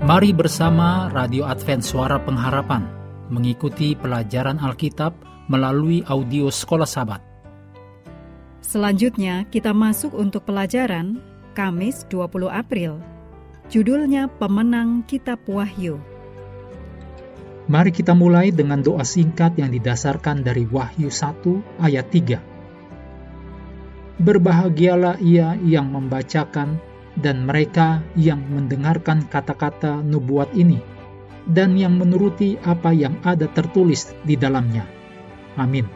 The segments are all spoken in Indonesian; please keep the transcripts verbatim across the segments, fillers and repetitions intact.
Mari bersama Radio Advent Suara Pengharapan mengikuti pelajaran Alkitab melalui audio Sekolah Sabat. Selanjutnya kita masuk untuk pelajaran Kamis dua puluh April. Judulnya Pemenang Kitab Wahyu. Mari kita mulai dengan doa singkat yang didasarkan dari Wahyu satu ayat tiga. Berbahagialah ia yang membacakan dan mereka yang mendengarkan kata-kata nubuat ini, dan yang menuruti apa yang ada tertulis di dalamnya. Amin.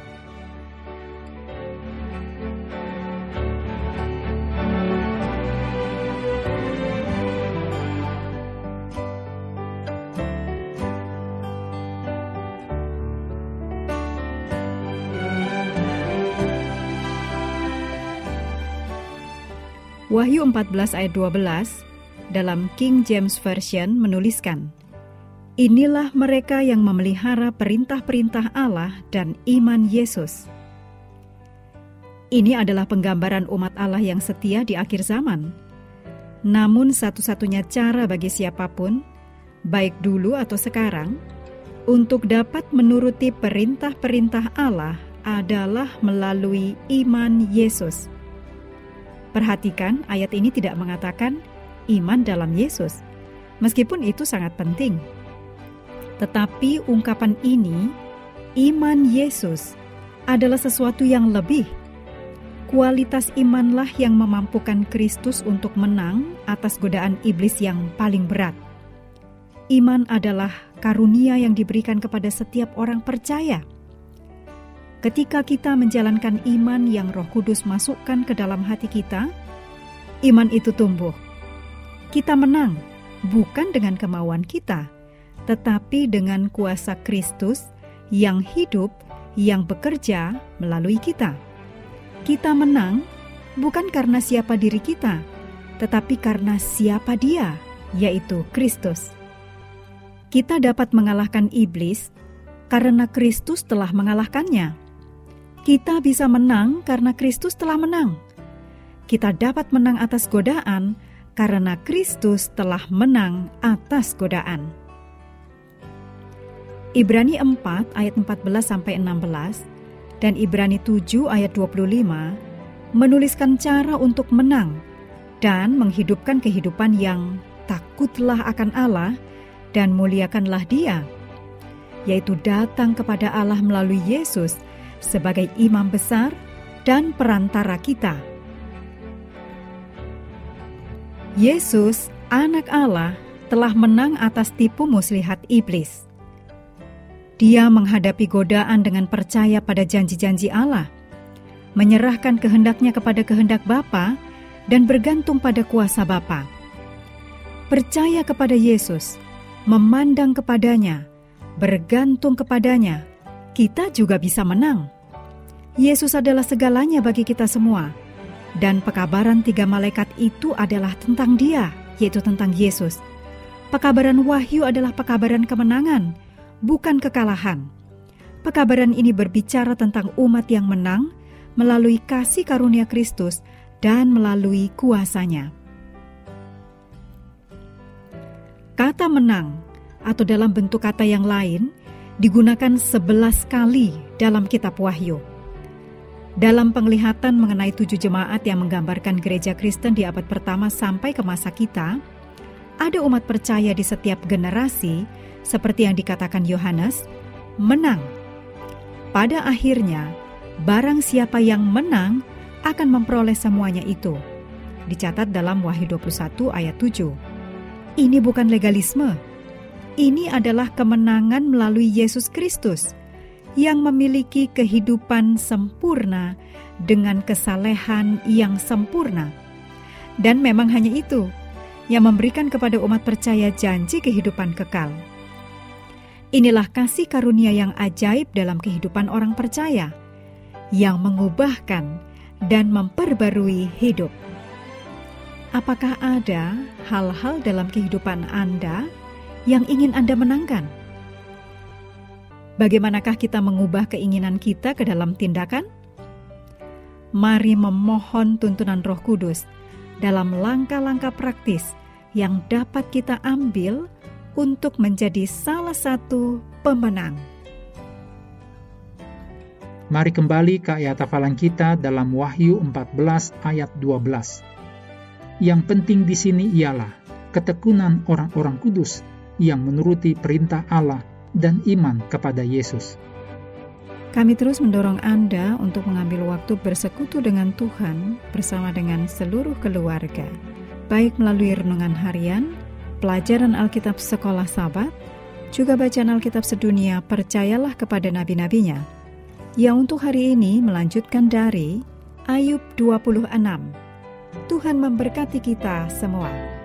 Wahyu empat belas ayat dua belas dalam King James Version menuliskan, "Inilah mereka yang memelihara perintah-perintah Allah dan iman Yesus." Ini adalah penggambaran umat Allah yang setia di akhir zaman. Namun satu-satunya cara bagi siapapun, baik dulu atau sekarang, untuk dapat menuruti perintah-perintah Allah adalah melalui iman Yesus. Perhatikan, ayat ini tidak mengatakan iman dalam Yesus, meskipun itu sangat penting. Tetapi ungkapan ini, iman Yesus, adalah sesuatu yang lebih. Kualitas imanlah yang memampukan Kristus untuk menang atas godaan iblis yang paling berat. Iman adalah karunia yang diberikan kepada setiap orang percaya. Ketika kita menjalankan iman yang Roh Kudus masukkan ke dalam hati kita, iman itu tumbuh. Kita menang, bukan dengan kemauan kita, tetapi dengan kuasa Kristus yang hidup, yang bekerja melalui kita. Kita menang bukan karena siapa diri kita, tetapi karena siapa Dia, yaitu Kristus. Kita dapat mengalahkan iblis karena Kristus telah mengalahkannya. Kita bisa menang karena Kristus telah menang. Kita dapat menang atas godaan karena Kristus telah menang atas godaan. Ibrani empat ayat empat belas sampai enam belas dan Ibrani tujuh ayat dua puluh lima menuliskan cara untuk menang dan menghidupkan kehidupan yang takutlah akan Allah dan muliakanlah Dia, yaitu datang kepada Allah melalui Yesus sebagai imam besar dan perantara kita. Yesus, anak Allah, telah menang atas tipu muslihat iblis. Dia menghadapi godaan dengan percaya pada janji-janji Allah, menyerahkan kehendaknya kepada kehendak Bapa dan bergantung pada kuasa Bapa. Percaya kepada Yesus, memandang kepadanya, bergantung kepadanya, kita juga bisa menang. Yesus adalah segalanya bagi kita semua. Dan pekabaran tiga malaikat itu adalah tentang Dia, yaitu tentang Yesus. Pekabaran Wahyu adalah pekabaran kemenangan, bukan kekalahan. Pekabaran ini berbicara tentang umat yang menang melalui kasih karunia Kristus dan melalui kuasa-Nya. Kata menang, atau dalam bentuk kata yang lain, digunakan sebelas kali dalam kitab Wahyu. Dalam penglihatan mengenai tujuh jemaat yang menggambarkan gereja Kristen di abad pertama sampai ke masa kita, ada umat percaya di setiap generasi, seperti yang dikatakan Yohanes, menang. Pada akhirnya, barang siapa yang menang akan memperoleh semuanya itu. Dicatat dalam Wahyu dua puluh satu ayat tujuh. Ini bukan legalisme. Ini adalah kemenangan melalui Yesus Kristus yang memiliki kehidupan sempurna dengan kesalehan yang sempurna. Dan memang hanya itu yang memberikan kepada umat percaya janji kehidupan kekal. Inilah kasih karunia yang ajaib dalam kehidupan orang percaya, yang mengubahkan dan memperbarui hidup. Apakah ada hal-hal dalam kehidupan Anda yang ingin Anda menangkan? Bagaimanakah kita mengubah keinginan kita ke dalam tindakan? Mari memohon tuntunan Roh Kudus dalam langkah-langkah praktis yang dapat kita ambil untuk menjadi salah satu pemenang. Mari kembali ke ayat hafalan kita dalam Wahyu empat belas ayat dua belas. Yang penting di sini ialah ketekunan orang-orang kudus yang menuruti perintah Allah dan iman kepada Yesus. Kami terus mendorong Anda untuk mengambil waktu bersekutu dengan Tuhan bersama dengan seluruh keluarga, baik melalui renungan harian, pelajaran Alkitab sekolah Sabat, juga bacaan Alkitab sedunia Percayalah kepada nabi-nabinya, yang untuk hari ini melanjutkan dari Ayub dua puluh enam. Tuhan memberkati kita semua.